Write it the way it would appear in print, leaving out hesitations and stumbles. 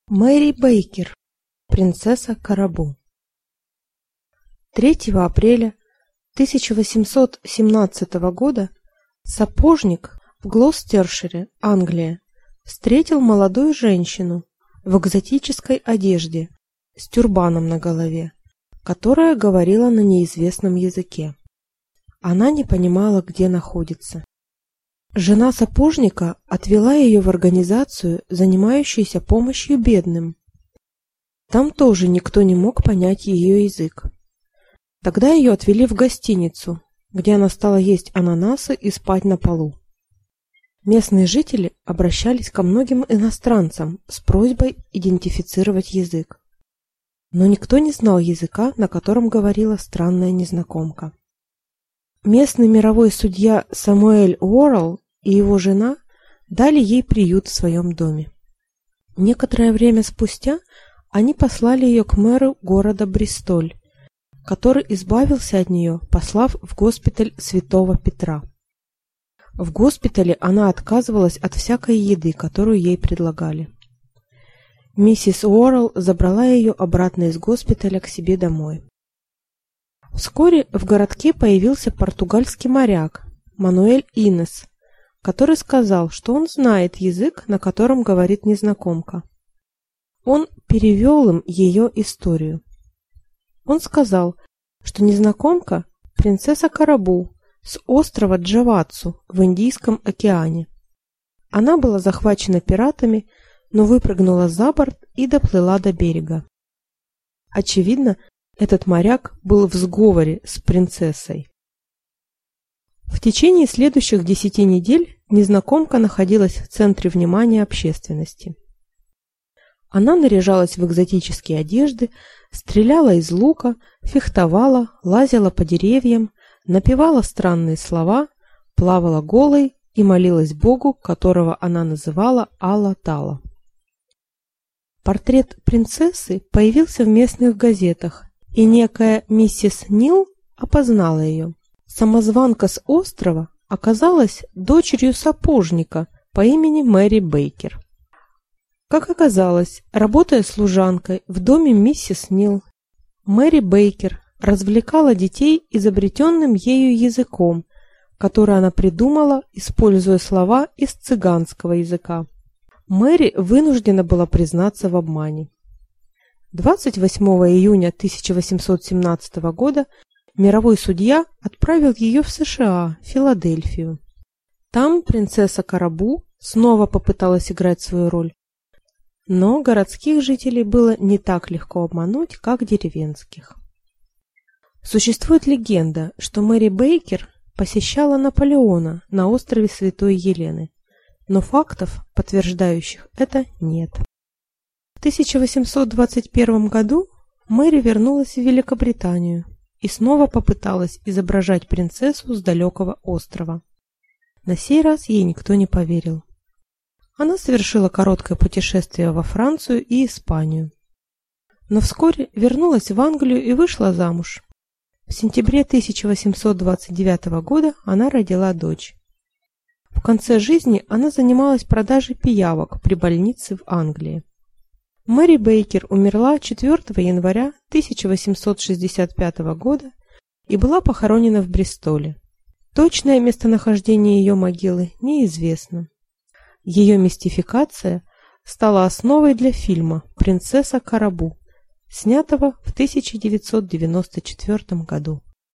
Мэри Бейкер, принцесса Карабу. 3 апреля 1817 года сапожник в Глостершире, Англия, встретил молодую женщину в экзотической одежде с тюрбаном на голове, которая говорила на неизвестном языке. Она не понимала, где находится. Жена сапожника отвела ее в организацию, занимающуюся помощью бедным. Там тоже никто не мог понять ее язык. Тогда ее отвели в гостиницу, где она стала есть ананасы и спать на полу. Местные жители обращались ко многим иностранцам с просьбой идентифицировать язык. Но никто не знал языка, на котором говорила странная незнакомка. Местный мировой судья Самуэль Уоррелл и его жена дали ей приют в своем доме. Некоторое время спустя они послали ее к мэру города Бристоль, который избавился от нее, послав в госпиталь Святого Петра. В госпитале она отказывалась от всякой еды, которую ей предлагали. Миссис Уоррелл забрала ее обратно из госпиталя к себе домой. Вскоре в городке появился португальский моряк Мануэль Инес, который сказал, что он знает язык, на котором говорит незнакомка. Он перевел им ее историю. Он сказал, что незнакомка – принцесса Карабу с острова Джавацу в Индийском океане. Она была захвачена пиратами, но выпрыгнула за борт и доплыла до берега. Очевидно, этот моряк был в сговоре с принцессой. В течение следующих 10 недель незнакомка находилась в центре внимания общественности. Она наряжалась в экзотические одежды, стреляла из лука, фехтовала, лазила по деревьям, напевала странные слова, плавала голой и молилась Богу, которого она называла Алла-Тала. Портрет принцессы появился в местных газетах, и некая миссис Нил опознала ее. Самозванка с острова оказалась дочерью сапожника по имени Мэри Бейкер. Как оказалось, работая служанкой в доме миссис Нил, Мэри Бейкер развлекала детей изобретенным ею языком, который она придумала, используя слова из цыганского языка. Мэри вынуждена была признаться в обмане. 28 июня 1817 года мировой судья отправил ее в США, в Филадельфию. Там принцесса Карабу снова попыталась играть свою роль, но городских жителей было не так легко обмануть, как деревенских. Существует легенда, что Мэри Бейкер посещала Наполеона на острове Святой Елены, но фактов, подтверждающих это, нет. В 1821 году Мэри вернулась в Великобританию и снова попыталась изображать принцессу с далекого острова. На сей раз ей никто не поверил. Она совершила короткое путешествие во Францию и Испанию, но вскоре вернулась в Англию и вышла замуж. В сентябре 1829 года она родила дочь. В конце жизни она занималась продажей пиявок при больнице в Англии. Мэри Бейкер умерла 4 января 1865 года и была похоронена в Бристоле. Точное местонахождение ее могилы неизвестно. Ее мистификация стала основой для фильма «Принцесса Карабу», снятого в 1994 году.